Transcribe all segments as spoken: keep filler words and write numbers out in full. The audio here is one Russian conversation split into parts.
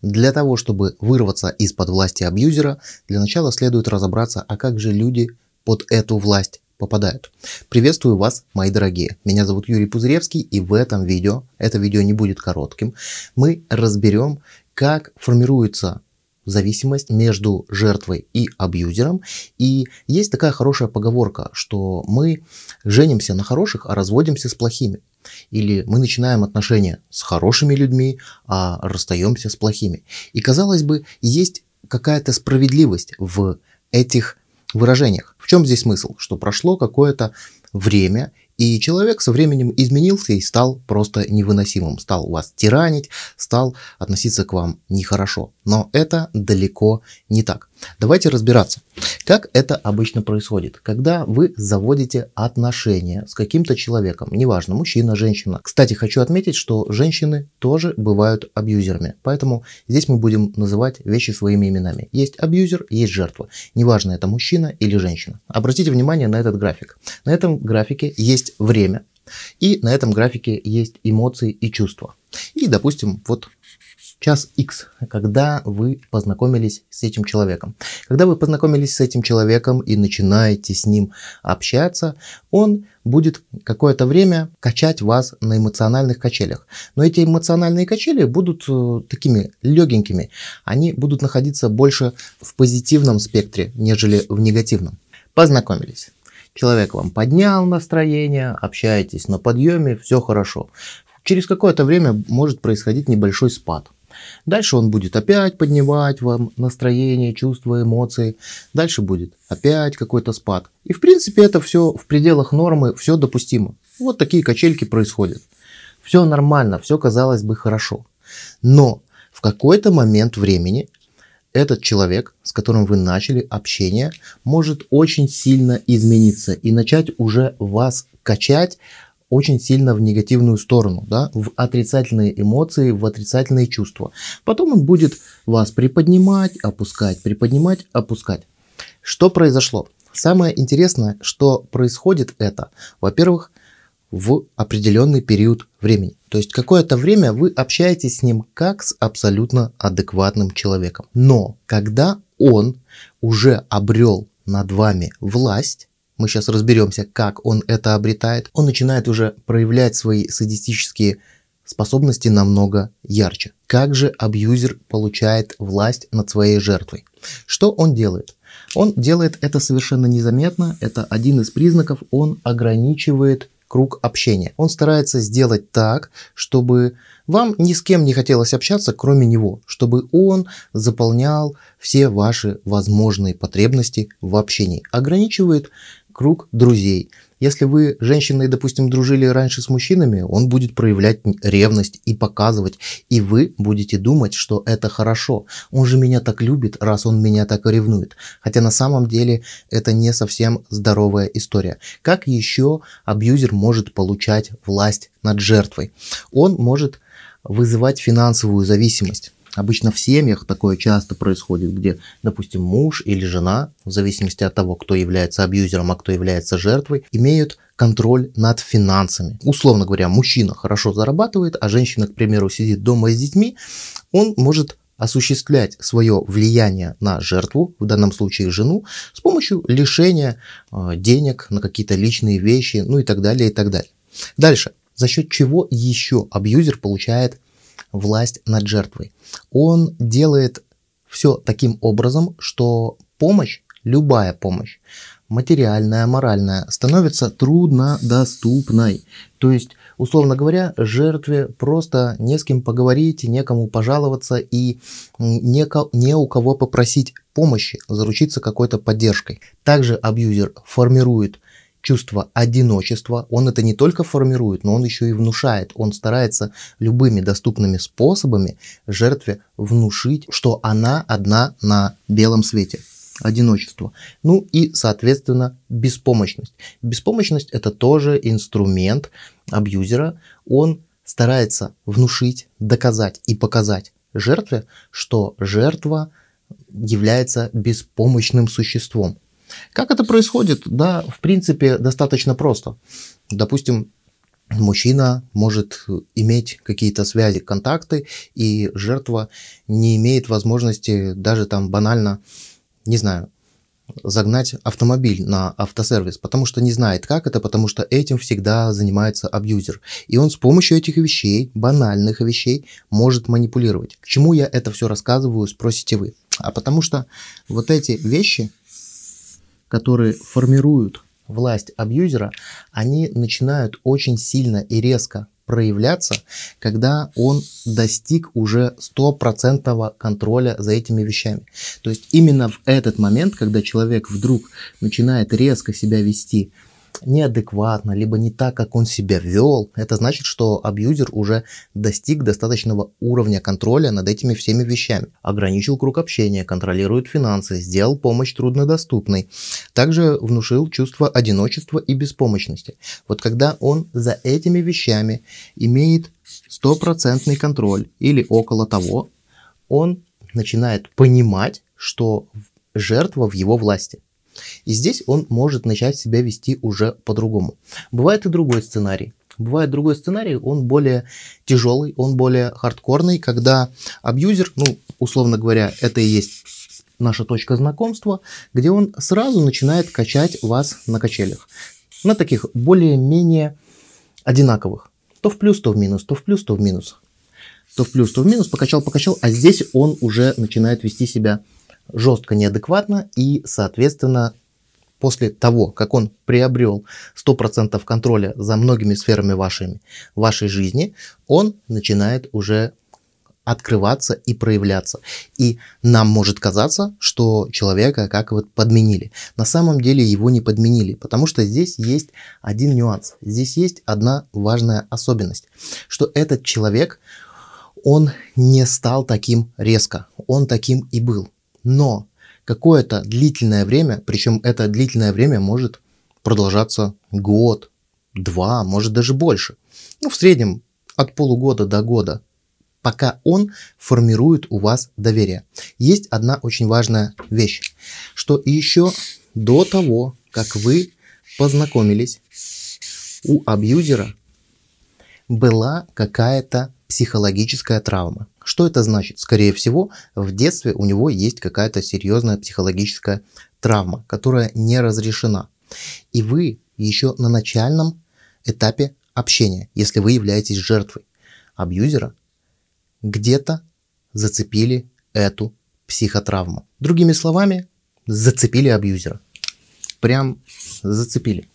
Для того, чтобы вырваться из-под власти абьюзера, для начала следует разобраться, а как же люди под эту власть попадают. Приветствую вас, мои дорогие. Меня зовут Юрий Пузыревский, и в этом видео, это видео не будет коротким, мы разберем, как формируется зависимость между жертвой и абьюзером. И есть такая хорошая поговорка, что мы женимся на хороших, а разводимся с плохими. Или мы начинаем отношения с хорошими людьми, а расстаемся с плохими. И, казалось бы, есть какая-то справедливость в этих выражениях. В чем здесь смысл? Что прошло какое-то время, и человек со временем изменился и стал просто невыносимым. Стал вас тиранить, стал относиться к вам нехорошо. Но это далеко не так. Давайте разбираться, как это обычно происходит. Когда вы заводите отношения с каким-то человеком, неважно, мужчина, женщина. Кстати, хочу отметить, что женщины тоже бывают абьюзерами. Поэтому здесь мы будем называть вещи своими именами. Есть абьюзер, есть жертва. Неважно, это мужчина или женщина. Обратите внимание на этот график. На этом графике есть время, и на этом графике есть эмоции и чувства. И, допустим, вот час X, когда вы познакомились с этим человеком. Когда вы познакомились с этим человеком и начинаете с ним общаться, он будет какое-то время качать вас на эмоциональных качелях. Но эти эмоциональные качели будут э, такими легенькими. Они будут находиться больше в позитивном спектре, нежели в негативном. Познакомились. Человек вам поднял настроение, общаетесь на подъеме, все хорошо. Через какое-то время может происходить небольшой спад. Дальше он будет опять поднимать вам настроение, чувства, эмоции. Дальше будет опять какой-то спад. И в принципе это все в пределах нормы, все допустимо. Вот такие качельки происходят. Все нормально, все казалось бы хорошо. Но в какой-то момент времени этот человек, с которым вы начали общение, может очень сильно измениться и начать уже вас качать очень сильно в негативную сторону, да, в отрицательные эмоции, в отрицательные чувства. Потом он будет вас приподнимать, опускать, приподнимать, опускать. Что произошло? Самое интересное, что происходит это, во-первых, в определенный период времени. То есть какое-то время вы общаетесь с ним как с абсолютно адекватным человеком. Но когда он уже обрел над вами власть, мы сейчас разберемся, как он это обретает, он начинает уже проявлять свои садистические способности намного ярче. Как же абьюзер получает власть над своей жертвой? Что он делает? Он делает это совершенно незаметно. Это один из признаков. Он ограничивает круг общения. Он старается сделать так, чтобы вам ни с кем не хотелось общаться, кроме него, чтобы он заполнял все ваши возможные потребности в общении. Ограничивает круг друзей. Если вы, женщины, допустим, дружили раньше с мужчинами, он будет проявлять ревность и показывать, и вы будете думать, что это хорошо. Он же меня так любит, раз он меня так ревнует. Хотя на самом деле это не совсем здоровая история. Как еще абьюзер может получать власть над жертвой? Он может вызывать финансовую зависимость. Обычно в семьях такое часто происходит, где, допустим, муж или жена, в зависимости от того, кто является абьюзером, а кто является жертвой, имеют контроль над финансами. Условно говоря, мужчина хорошо зарабатывает, а женщина, к примеру, сидит дома с детьми, он может осуществлять свое влияние на жертву, в данном случае жену, с помощью лишения э, денег на какие-то личные вещи, ну и так далее, и так далее. Дальше. За счет чего еще абьюзер получает власть над жертвой? Он делает все таким образом, что помощь, любая помощь, материальная, моральная, становится труднодоступной. То есть, условно говоря, жертве просто не с кем поговорить, некому пожаловаться и не, не у кого попросить помощи, заручиться какой-то поддержкой. Также абьюзер формирует чувство одиночества. Он это не только формирует, но он еще и внушает. Он старается любыми доступными способами жертве внушить, что она одна на белом свете. Одиночество. Ну и, соответственно, беспомощность. Беспомощность – это тоже инструмент абьюзера. Он старается внушить, доказать и показать жертве, что жертва является беспомощным существом. Как это происходит? Да, в принципе, достаточно просто. Допустим, мужчина может иметь какие-то связи, контакты, и жертва не имеет возможности даже там банально, не знаю, загнать автомобиль на автосервис, потому что не знает, как это, потому что этим всегда занимается абьюзер. И он с помощью этих вещей, банальных вещей, может манипулировать. К чему я это все рассказываю, спросите вы. А потому что вот эти вещи, которые формируют власть абьюзера, они начинают очень сильно и резко проявляться, когда он достиг уже стопроцентного контроля за этими вещами. То есть именно в этот момент, когда человек вдруг начинает резко себя вести неадекватно, либо не так, как он себя вел, это значит, что абьюзер уже достиг достаточного уровня контроля над этими всеми вещами. Ограничил круг общения, контролирует финансы, сделал помощь труднодоступной. Также внушил чувство одиночества и беспомощности. Вот когда он за этими вещами имеет стопроцентный контроль или около того, он начинает понимать, что жертва в его власти. И здесь он может начать себя вести уже по-другому. Бывает и другой сценарий. Бывает другой сценарий, он более тяжелый, он более хардкорный, когда абьюзер, ну, условно говоря, это и есть наша точка знакомства, где он сразу начинает качать вас на качелях. На таких более-менее одинаковых. То в плюс, то в минус, то в плюс, то в минус. То в плюс, то в минус, покачал, покачал, а здесь он уже начинает вести себя жестко неадекватно, и, соответственно, после того, как он приобрел сто процентов контроля за многими сферами вашими, вашей жизни, он начинает уже открываться и проявляться. И нам может казаться, что человека как вот подменили. На самом деле его не подменили, потому что здесь есть один нюанс. Здесь есть одна важная особенность, что этот человек, он не стал таким резко, он таким и был. Но какое-то длительное время, причем это длительное время может продолжаться год, два, может даже больше. Ну, в среднем от полугода до года, пока он формирует у вас доверие. Есть одна очень важная вещь, что еще до того, как вы познакомились, у абьюзера была какая-то психологическая травма. Что это значит? Скорее всего, в детстве у него есть какая-то серьезная психологическая травма, которая не разрешена. И вы еще на начальном этапе общения, если вы являетесь жертвой абьюзера, где-то зацепили эту психотравму. Другими словами, зацепили абьюзера. Прям зацепили.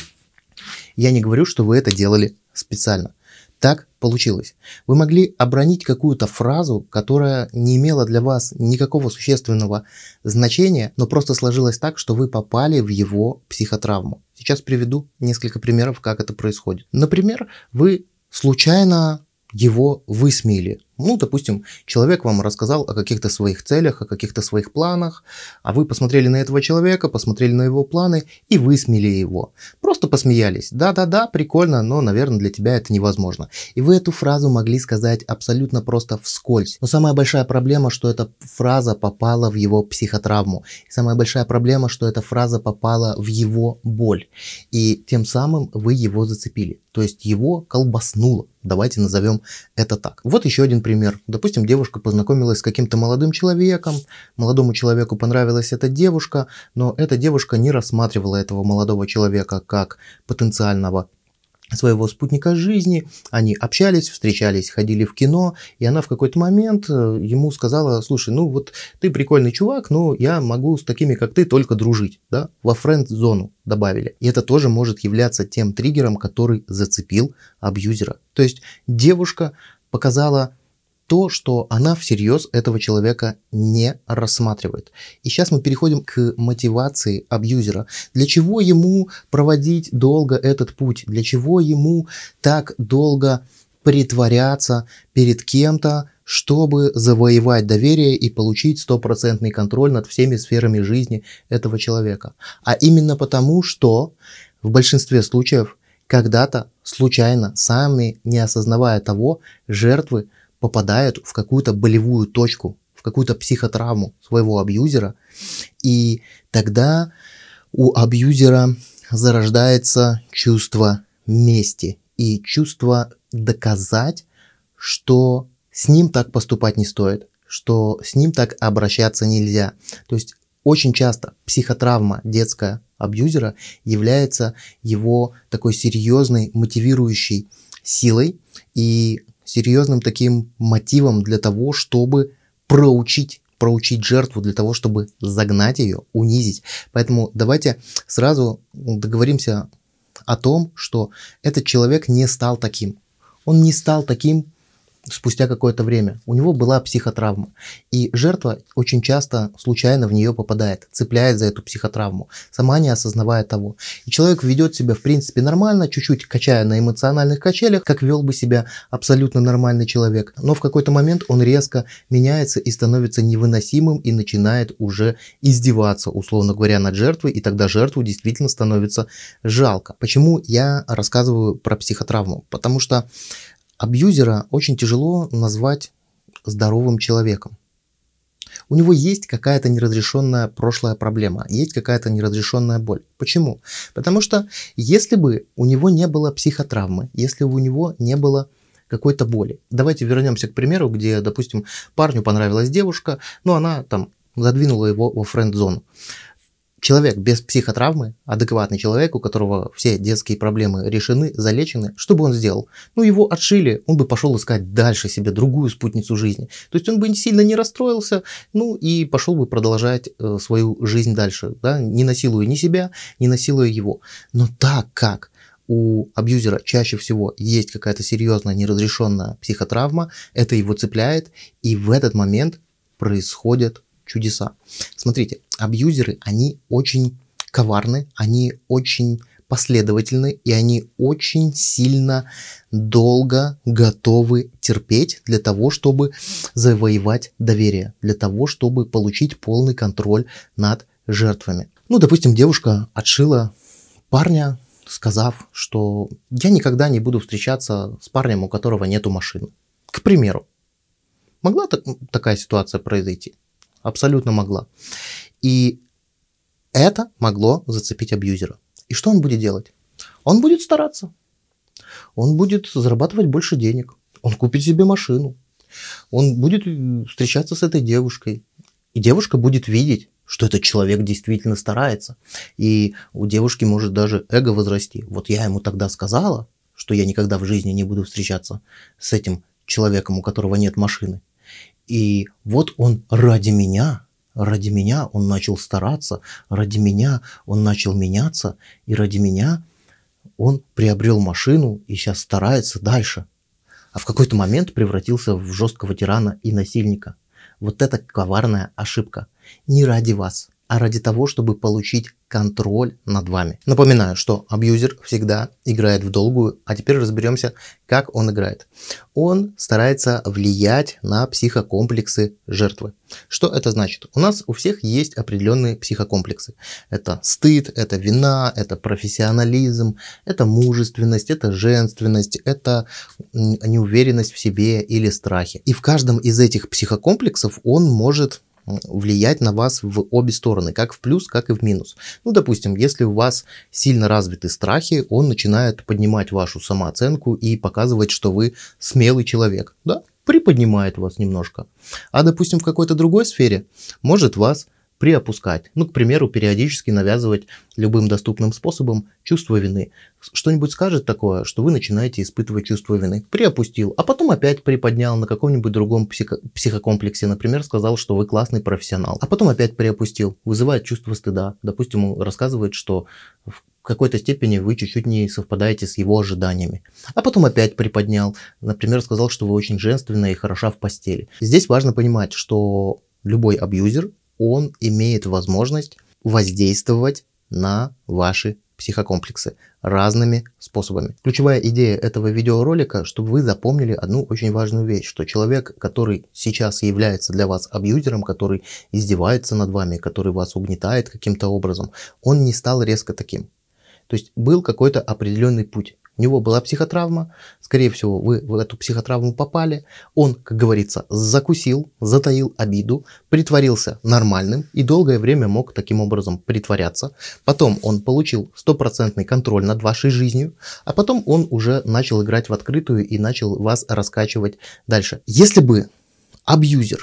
Я не говорю, что вы это делали специально. Так получилось. Вы могли обронить какую-то фразу, которая не имела для вас никакого существенного значения, но просто сложилось так, что вы попали в его психотравму. Сейчас приведу несколько примеров, как это происходит. Например, вы случайно его высмеяли. Ну, допустим, человек вам рассказал о каких-то своих целях, о каких-то своих планах, а вы посмотрели на этого человека, посмотрели на его планы и высмеяли его. Просто посмеялись. Да-да-да, прикольно, но, наверное, для тебя это невозможно. И вы эту фразу могли сказать абсолютно просто вскользь. Но самая большая проблема, что эта фраза попала в его психотравму. И самая большая проблема, что эта фраза попала в его боль. И тем самым вы его зацепили. То есть его колбаснуло. Давайте назовем это так. Вот еще один пример. Допустим, девушка познакомилась с каким-то молодым человеком. Молодому человеку понравилась эта девушка, но эта девушка не рассматривала этого молодого человека как потенциального своего спутника жизни. Они общались, встречались, ходили в кино, и она в какой-то момент ему сказала: слушай, ну вот ты прикольный чувак, но я могу с такими, как ты, только дружить. Да? Во френд-зону добавили. И это тоже может являться тем триггером, который зацепил абьюзера. То есть девушка показала то, что она всерьез этого человека не рассматривает. И сейчас мы переходим к мотивации абьюзера. Для чего ему проводить долго этот путь? Для чего ему так долго притворяться перед кем-то, чтобы завоевать доверие и получить стопроцентный контроль над всеми сферами жизни этого человека? А именно потому, что в большинстве случаев когда-то случайно, сами не осознавая того, жертвы попадают в какую-то болевую точку, в какую-то психотравму своего абьюзера, и тогда у абьюзера зарождается чувство мести. и чувство доказать, что с ним так поступать не стоит, что с ним так обращаться нельзя. То есть очень часто психотравма детская абьюзера является его такой серьезной мотивирующей силой и серьезным таким мотивом для того, чтобы проучить, проучить жертву, для того, чтобы загнать ее, унизить. Поэтому давайте сразу договоримся о том, что этот человек не стал таким. Он не стал таким спустя какое-то время. У него была психотравма. И жертва очень часто случайно в нее попадает, цепляет за эту психотравму, сама не осознавая того. И человек ведет себя в принципе нормально, чуть-чуть качая на эмоциональных качелях, как вел бы себя абсолютно нормальный человек. Но в какой-то момент он резко меняется и становится невыносимым и начинает уже издеваться, условно говоря, над жертвой. И тогда жертву действительно становится жалко. Почему я рассказываю про психотравму? Потому что абьюзера очень тяжело назвать здоровым человеком. У него есть какая-то неразрешенная прошлая проблема, есть какая-то неразрешенная боль. Почему? Потому что если бы у него не было психотравмы, если бы у него не было какой-то боли. Давайте вернемся к примеру, где, допустим, парню понравилась девушка, но она там задвинула его во френд-зону. Человек без психотравмы, адекватный человек, у которого все детские проблемы решены, залечены, что бы он сделал? Ну, его отшили, он бы пошел искать дальше себе другую спутницу жизни. То есть он бы сильно не расстроился, ну и пошел бы продолжать э, свою жизнь дальше, да, не насилуя ни себя, не насилуя его. Но так как у абьюзера чаще всего есть какая-то серьезная неразрешенная психотравма, это его цепляет, и в этот момент происходят чудеса. Смотрите, абьюзеры, они очень коварны, они очень последовательны, и они очень сильно долго готовы терпеть для того, чтобы завоевать доверие, для того, чтобы получить полный контроль над жертвами. Ну, допустим, девушка отшила парня, сказав, что я никогда не буду встречаться с парнем, у которого нету машины. К примеру. Могла так, такая ситуация произойти? Абсолютно могла. И это могло зацепить абьюзера. И что он будет делать? Он будет стараться. Он будет зарабатывать больше денег. Он купит себе машину. Он будет встречаться с этой девушкой. И девушка будет видеть, что этот человек действительно старается. И у девушки может даже эго возрасти. Вот я ему тогда сказала, что я никогда в жизни не буду встречаться с этим человеком, у которого нет машины. И вот он ради меня, ради меня он начал стараться, ради меня он начал меняться, и ради меня он приобрел машину и сейчас старается дальше. А в какой-то момент превратился в жесткого тирана и насильника. Вот это коварная ошибка. Не ради вас, а ради того, чтобы получить контроль над вами. Напоминаю, что абьюзер всегда играет в долгую, а теперь разберемся, как он играет. Он старается влиять на психокомплексы жертвы. Что это значит? У нас у всех есть определенные психокомплексы. Это стыд, это вина, это профессионализм, это мужественность, это женственность, это неуверенность в себе или страхи. И в каждом из этих психокомплексов он может влиять на вас в обе стороны, как в плюс, как и в минус. Ну, допустим, если у вас сильно развиты страхи, он начинает поднимать вашу самооценку и показывать, что вы смелый человек, да, приподнимает вас немножко. А, допустим, в какой-то другой сфере может вас приопускать. Ну, к примеру, периодически навязывать любым доступным способом чувство вины. Что-нибудь скажет такое, что вы начинаете испытывать чувство вины. Приопустил, а потом опять приподнял на каком-нибудь другом психо- психокомплексе. Например, сказал, что вы классный профессионал. А потом опять приопустил. Вызывает чувство стыда. Допустим, он рассказывает, что в какой-то степени вы чуть-чуть не совпадаете с его ожиданиями. А потом опять приподнял. Например, сказал, что вы очень женственная и хороша в постели. Здесь важно понимать, что любой абьюзер, он имеет возможность воздействовать на ваши психокомплексы разными способами. Ключевая идея этого видеоролика, чтобы вы запомнили одну очень важную вещь, что человек, который сейчас является для вас абьюзером, который издевается над вами, который вас угнетает каким-то образом, он не стал резко таким. То есть был какой-то определенный путь, У него была психотравма, скорее всего, вы в эту психотравму попали. Он, как говорится, закусил, затаил обиду, притворился нормальным и долгое время мог таким образом притворяться. Потом он получил стопроцентный контроль над вашей жизнью, а потом он уже начал играть в открытую и начал вас раскачивать дальше. Если бы абьюзер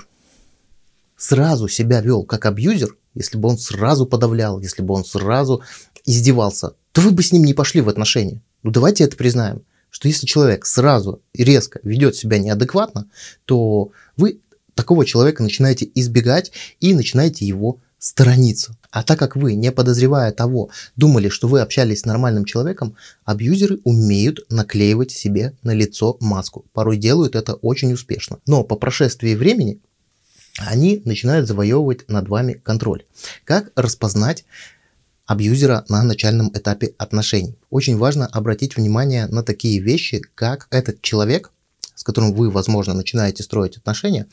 сразу себя вел как абьюзер, если бы он сразу подавлял, если бы он сразу издевался, то вы бы с ним не пошли в отношения. Ну давайте это признаем, что если человек сразу и резко ведет себя неадекватно, то вы такого человека начинаете избегать и начинаете его сторониться. А так как вы, не подозревая того, думали, что вы общались с нормальным человеком, абьюзеры умеют наклеивать себе на лицо маску. Порой делают это очень успешно. Но по прошествии времени они начинают завоевывать над вами контроль. Как распознать абьюзера на начальном этапе отношений? Очень важно обратить внимание на такие вещи, как этот человек, с которым вы, возможно, начинаете строить отношения,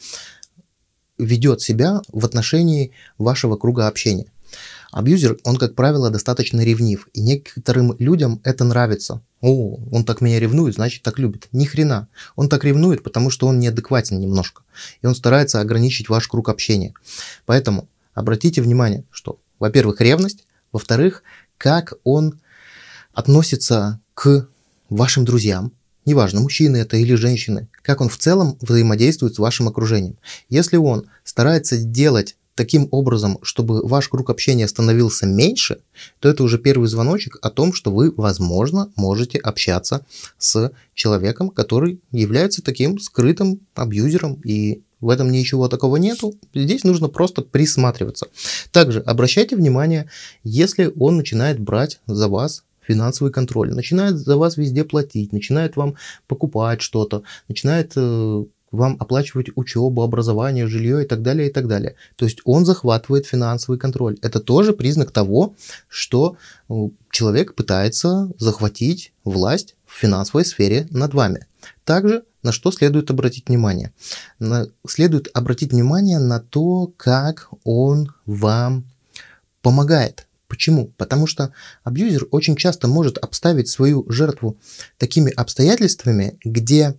ведет себя в отношении вашего круга общения. Абьюзер, он, как правило, достаточно ревнив, и некоторым людям это нравится. О, он так меня ревнует, значит так любит. Ни хрена. Он так ревнует, потому что он неадекватен немножко, и он старается ограничить ваш круг общения. Поэтому обратите внимание, что, во-первых, ревность, во-вторых, как он относится к вашим друзьям, неважно, мужчины это или женщины, как он в целом взаимодействует с вашим окружением. Если он старается делать таким образом, чтобы ваш круг общения становился меньше, то это уже первый звоночек о том, что вы, возможно, можете общаться с человеком, который является таким скрытым абьюзером, и в этом ничего такого нету. Здесь нужно просто присматриваться. Также обращайте внимание, если он начинает брать за вас финансовый контроль, начинает за вас везде платить, начинает вам покупать что-то, начинает э, вам оплачивать учебу, образование, жилье и так далее, и так далее. То есть он захватывает финансовый контроль. Это тоже признак того, что человек пытается захватить власть в финансовой сфере над вами. Также на что следует обратить внимание? На, следует обратить внимание на то, как он вам помогает. Почему? Потому что абьюзер очень часто может обставить свою жертву такими обстоятельствами, где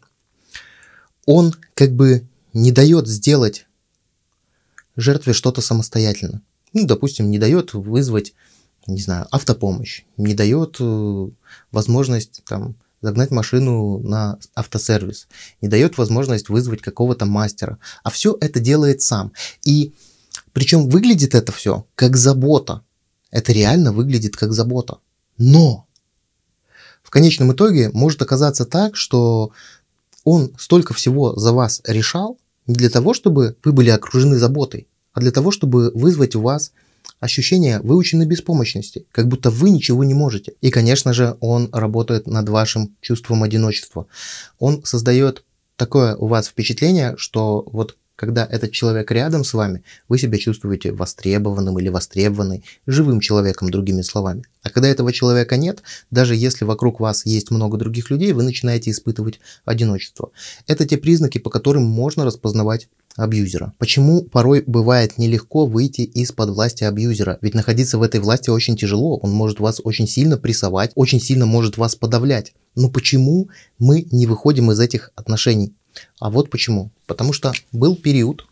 он как бы не дает сделать жертве что-то самостоятельно. Ну, допустим, не дает вызвать, не знаю, автопомощь, не дает э, возможность там загнать машину на автосервис, не дает возможность вызвать какого-то мастера, а все это делает сам. И причем выглядит это все как забота. Это реально выглядит как забота. Но в конечном итоге может оказаться так, что он столько всего за вас решал не для того, чтобы вы были окружены заботой, а для того, чтобы вызвать у вас ощущение выученной беспомощности, как будто вы ничего не можете. И, конечно же, он работает над вашим чувством одиночества. Он создает такое у вас впечатление, что вот когда этот человек рядом с вами, вы себя чувствуете востребованным или востребованной, живым человеком, другими словами. А когда этого человека нет, даже если вокруг вас есть много других людей, вы начинаете испытывать одиночество. Это те признаки, по которым можно распознавать абьюзера. Почему порой бывает нелегко выйти из-под власти абьюзера? Ведь находиться в этой власти очень тяжело, он может вас очень сильно прессовать, очень сильно может вас подавлять. Но почему мы не выходим из этих отношений? А вот почему. Потому что был период,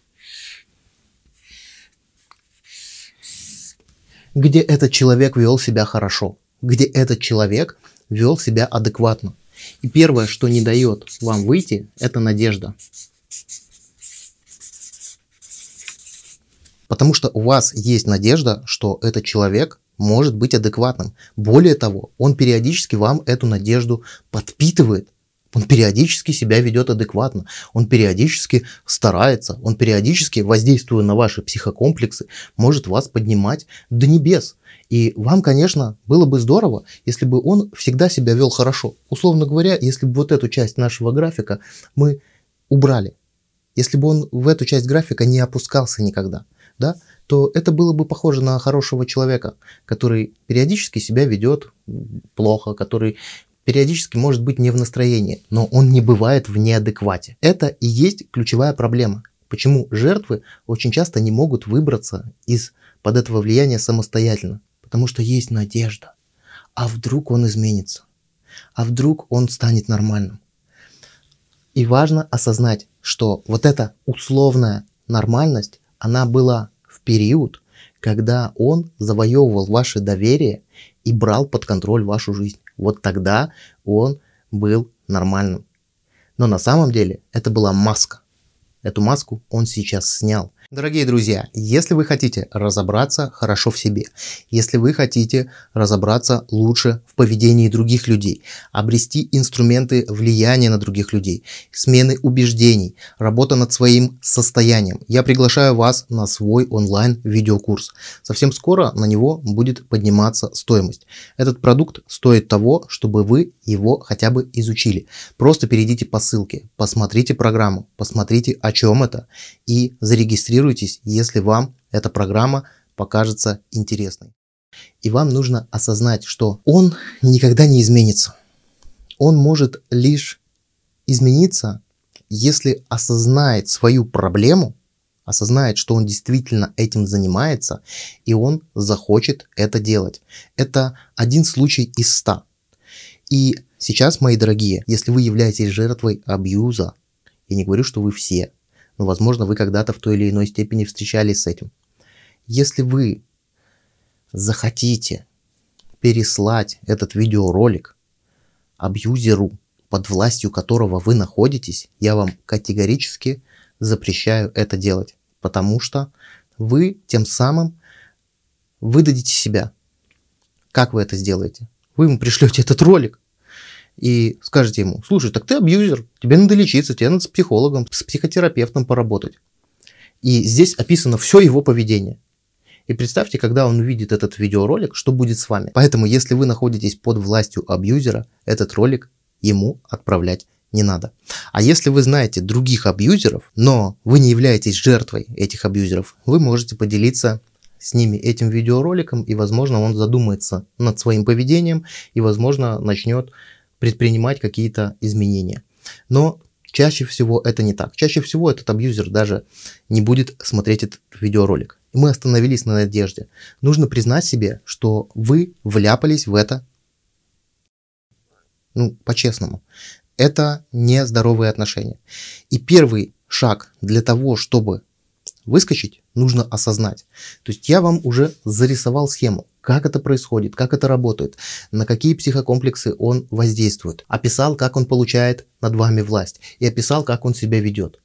где этот человек вел себя хорошо, где этот человек вел себя адекватно. И первое, что не дает вам выйти, это надежда. Потому что у вас есть надежда, что этот человек может быть адекватным. Более того, он периодически вам эту надежду подпитывает. Он периодически себя ведет адекватно, он периодически старается, он периодически, воздействуя на ваши психокомплексы, может вас поднимать до небес. И вам, конечно, было бы здорово, если бы он всегда себя вел хорошо. Условно говоря, если бы вот эту часть нашего графика мы убрали, если бы он в эту часть графика не опускался никогда, да, то это было бы похоже на хорошего человека, который периодически себя ведет плохо, который периодически может быть не в настроении, но он не бывает в неадеквате. Это и есть ключевая проблема. Почему жертвы очень часто не могут выбраться из-под этого влияния самостоятельно? Потому что есть надежда. А вдруг он изменится? а вдруг он станет нормальным. И важно осознать, что вот эта условная нормальность, она была в период, когда он завоевывал ваше доверие и брал под контроль вашу жизнь. Вот тогда он был нормальным. Но на самом деле это была маска. Эту маску он сейчас снял. Дорогие друзья, если вы хотите разобраться хорошо в себе, если вы хотите разобраться лучше в поведении других людей, обрести инструменты влияния на других людей, смены убеждений, работа над своим состоянием, я приглашаю вас на свой онлайн-видеокурс. Совсем скоро на него будет подниматься стоимость. Этот продукт стоит того, чтобы вы его хотя бы изучили. Просто перейдите по ссылке, посмотрите программу, посмотрите, о чем это, и зарегистрируйтесь, если вам эта программа покажется интересной. И вам нужно осознать, что он никогда не изменится. Он может лишь измениться, если осознает свою проблему, осознает, что он действительно этим занимается, и он захочет это делать. Это один случай из ста. И сейчас, мои дорогие, если вы являетесь жертвой абьюза, я не говорю, что вы все, но, возможно, вы когда-то в той или иной степени встречались с этим. Если вы захотите переслать этот видеоролик абьюзеру, под властью которого вы находитесь, я вам категорически запрещаю это делать, потому что вы тем самым выдадите себя. Как вы это сделаете? Вы ему пришлете этот ролик и скажете ему: слушай, так ты абьюзер, тебе надо лечиться, тебе надо с психологом, с психотерапевтом поработать. И здесь описано все его поведение. И представьте, когда он увидит этот видеоролик, что будет с вами. Поэтому, если вы находитесь под властью абьюзера, этот ролик ему отправлять не надо. А если вы знаете других абьюзеров, но вы не являетесь жертвой этих абьюзеров, вы можете поделиться с ними этим видеороликом, и, возможно, он задумается над своим поведением и, возможно, начнет предпринимать какие-то изменения. Но чаще всего это не так. Чаще всего этот абьюзер даже не будет смотреть этот видеоролик. И мы остановились на надежде. Нужно признать себе, что вы вляпались в это, ну, по-честному. Это не здоровые отношения. И первый шаг для того, чтобы выскочить, нужно осознать. То есть я вам уже зарисовал схему, как это происходит, как это работает, на какие психокомплексы он воздействует. Описал, как он получает над вами власть. И описал, как он себя ведет.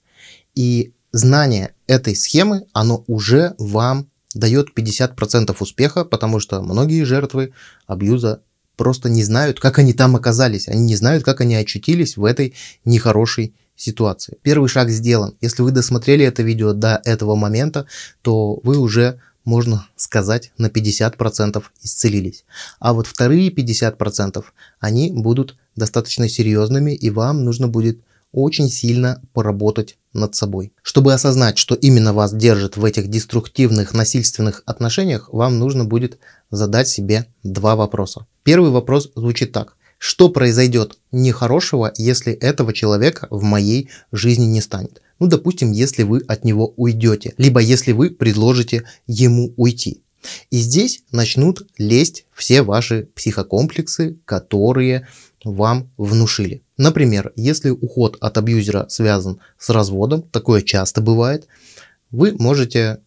И знание этой схемы, оно уже вам дает пятьдесят процентов успеха, потому что многие жертвы абьюза просто не знают, как они там оказались. Они не знают, как они очутились в этой нехорошей ситуации. Первый шаг сделан. Если вы досмотрели это видео до этого момента, то вы уже, можно сказать, на пятьдесят процентов исцелились. А вот вторые пятьдесят процентов, они будут достаточно серьезными, и вам нужно будет очень сильно поработать над собой. Чтобы осознать, что именно вас держит в этих деструктивных, насильственных отношениях, вам нужно будет задать себе два вопроса. Первый вопрос звучит так. Что произойдет нехорошего, если этого человека в моей жизни не станет? Ну, допустим, если вы от него уйдете, либо если вы предложите ему уйти. И здесь начнут лезть все ваши психокомплексы, которые вам внушили. Например, если уход от абьюзера связан с разводом, такое часто бывает, вы можете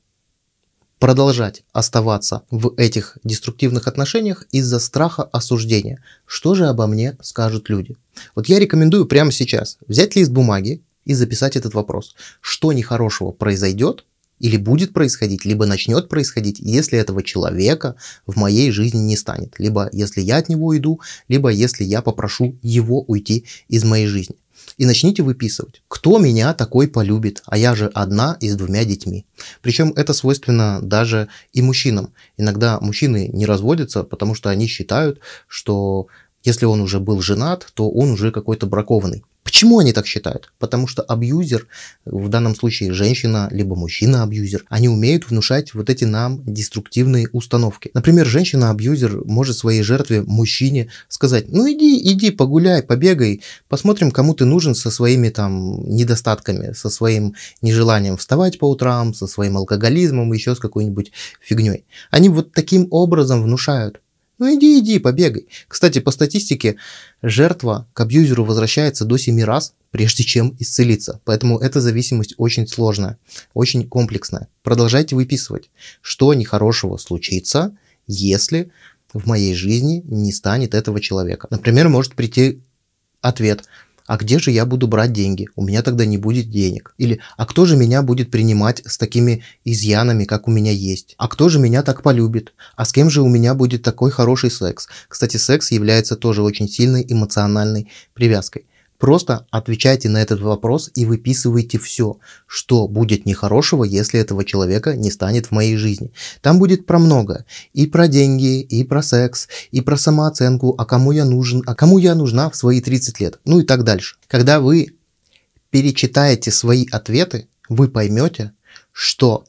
продолжать оставаться в этих деструктивных отношениях из-за страха осуждения. Что же обо мне скажут люди? Вот я рекомендую прямо сейчас взять лист бумаги и записать этот вопрос. Что нехорошего произойдет или будет происходить, либо начнет происходить, если этого человека в моей жизни не станет. Либо если я от него уйду, либо если я попрошу его уйти из моей жизни. И начните выписывать, кто меня такой полюбит, а я же одна и с двумя детьми. Причем это свойственно даже и мужчинам. Иногда мужчины не разводятся, потому что они считают, что если он уже был женат, то он уже какой-то бракованный. Почему они так считают? Потому что абьюзер, в данном случае женщина, либо мужчина-абьюзер, они умеют внушать вот эти нам деструктивные установки. Например, женщина-абьюзер может своей жертве, мужчине, сказать: ну иди, иди, погуляй, побегай, посмотрим, кому ты нужен со своими там недостатками, со своим нежеланием вставать по утрам, со своим алкоголизмом, еще с какой-нибудь фигней. Они вот таким образом внушают. Ну иди, иди, побегай. Кстати, по статистике, жертва к абьюзеру возвращается до семи раз, прежде чем исцелиться. Поэтому эта зависимость очень сложная, очень комплексная. Продолжайте выписывать, что нехорошего случится, если в моей жизни не станет этого человека. Например, может прийти ответ: а где же я буду брать деньги? У меня тогда не будет денег. Или а кто же меня будет принимать с такими изъянами, как у меня есть? А кто же меня так полюбит? А с кем же у меня будет такой хороший секс? Кстати, секс является тоже очень сильной эмоциональной привязкой. Просто отвечайте на этот вопрос и выписывайте все, что будет нехорошего, если этого человека не станет в моей жизни. Там будет про многое. И про деньги, и про секс, и про самооценку, а кому я нужен, а кому я нужна в свои тридцать лет, ну и так дальше. Когда вы перечитаете свои ответы, вы поймете, что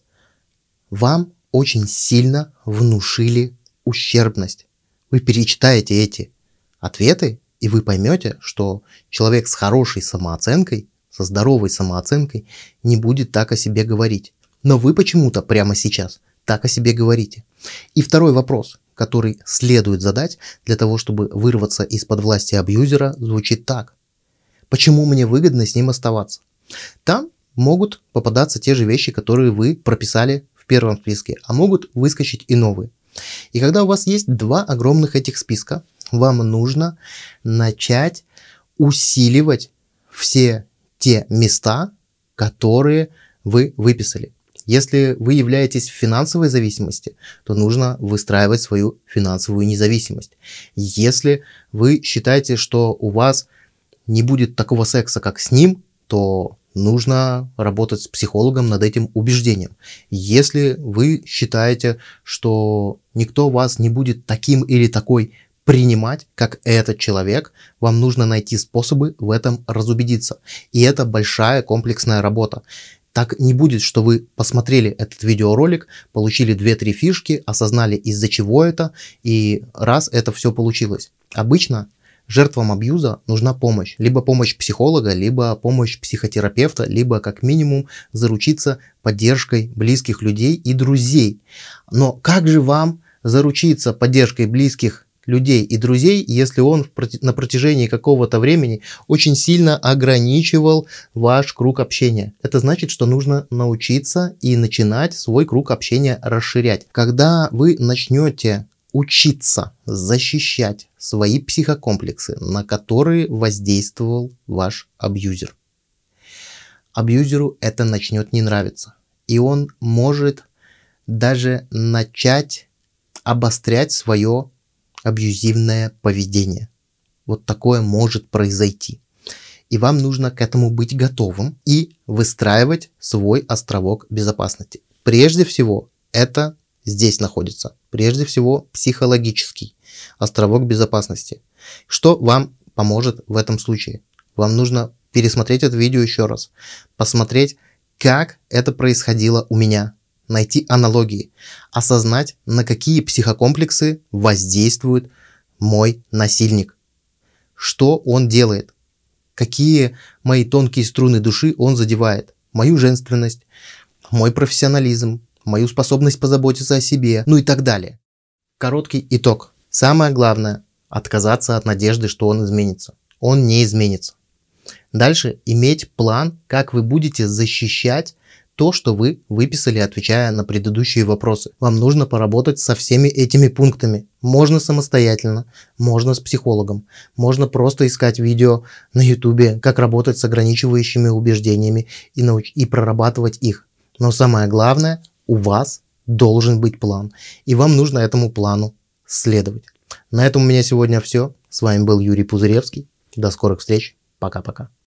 вам очень сильно внушили ущербность. Вы перечитаете эти ответы, и вы поймете, что человек с хорошей самооценкой, со здоровой самооценкой не будет так о себе говорить. Но вы почему-то прямо сейчас так о себе говорите. И второй вопрос, который следует задать для того, чтобы вырваться из-под власти абьюзера, звучит так. Почему мне выгодно с ним оставаться? Там могут попадаться те же вещи, которые вы прописали в первом списке, а могут выскочить и новые. И когда у вас есть два огромных этих списка, вам нужно начать усиливать все те места, которые вы выписали. Если вы являетесь в финансовой зависимости, то нужно выстраивать свою финансовую независимость. Если вы считаете, что у вас не будет такого секса, как с ним, то нужно работать с психологом над этим убеждением. Если вы считаете, что никто вас не будет таким или такой принимать, как этот человек, вам нужно найти способы в этом разубедиться. И это большая комплексная работа. Так не будет, что вы посмотрели этот видеоролик, получили две-три фишки, осознали, из-за чего это, и раз это все получилось. Обычно жертвам абьюза нужна помощь. Либо помощь психолога, либо помощь психотерапевта, либо как минимум заручиться поддержкой близких людей и друзей. Но как же вам заручиться поддержкой близких людей и друзей, если он на протяжении какого-то времени очень сильно ограничивал ваш круг общения? Это значит, что нужно научиться и начинать свой круг общения расширять. Когда вы начнете учиться защищать свои психокомплексы, на которые воздействовал ваш абьюзер, абьюзеру это начнет не нравиться. И он может даже начать обострять свое абьюзивное поведение. Вот такое может произойти. И вам нужно к этому быть готовым и выстраивать свой островок безопасности. Прежде всего, это здесь находится. Прежде всего, психологический островок безопасности. Что вам поможет в этом случае? Вам нужно пересмотреть это видео еще раз. Посмотреть, как это происходило у меня. Найти аналогии, осознать, на какие психокомплексы воздействует мой насильник, что он делает, какие мои тонкие струны души он задевает, мою женственность, мой профессионализм, мою способность позаботиться о себе, ну и так далее. Короткий итог. Самое главное – отказаться от надежды, что он изменится. Он не изменится. Дальше иметь план, как вы будете защищать то, что вы выписали, отвечая на предыдущие вопросы. Вам нужно поработать со всеми этими пунктами. Можно самостоятельно, можно с психологом, можно просто искать видео на ютубе, как работать с ограничивающими убеждениями и, науч- и прорабатывать их. Но самое главное, у вас должен быть план, и вам нужно этому плану следовать. На этом у меня сегодня все. С вами был Юрий Пузыревский. До скорых встреч. Пока-пока.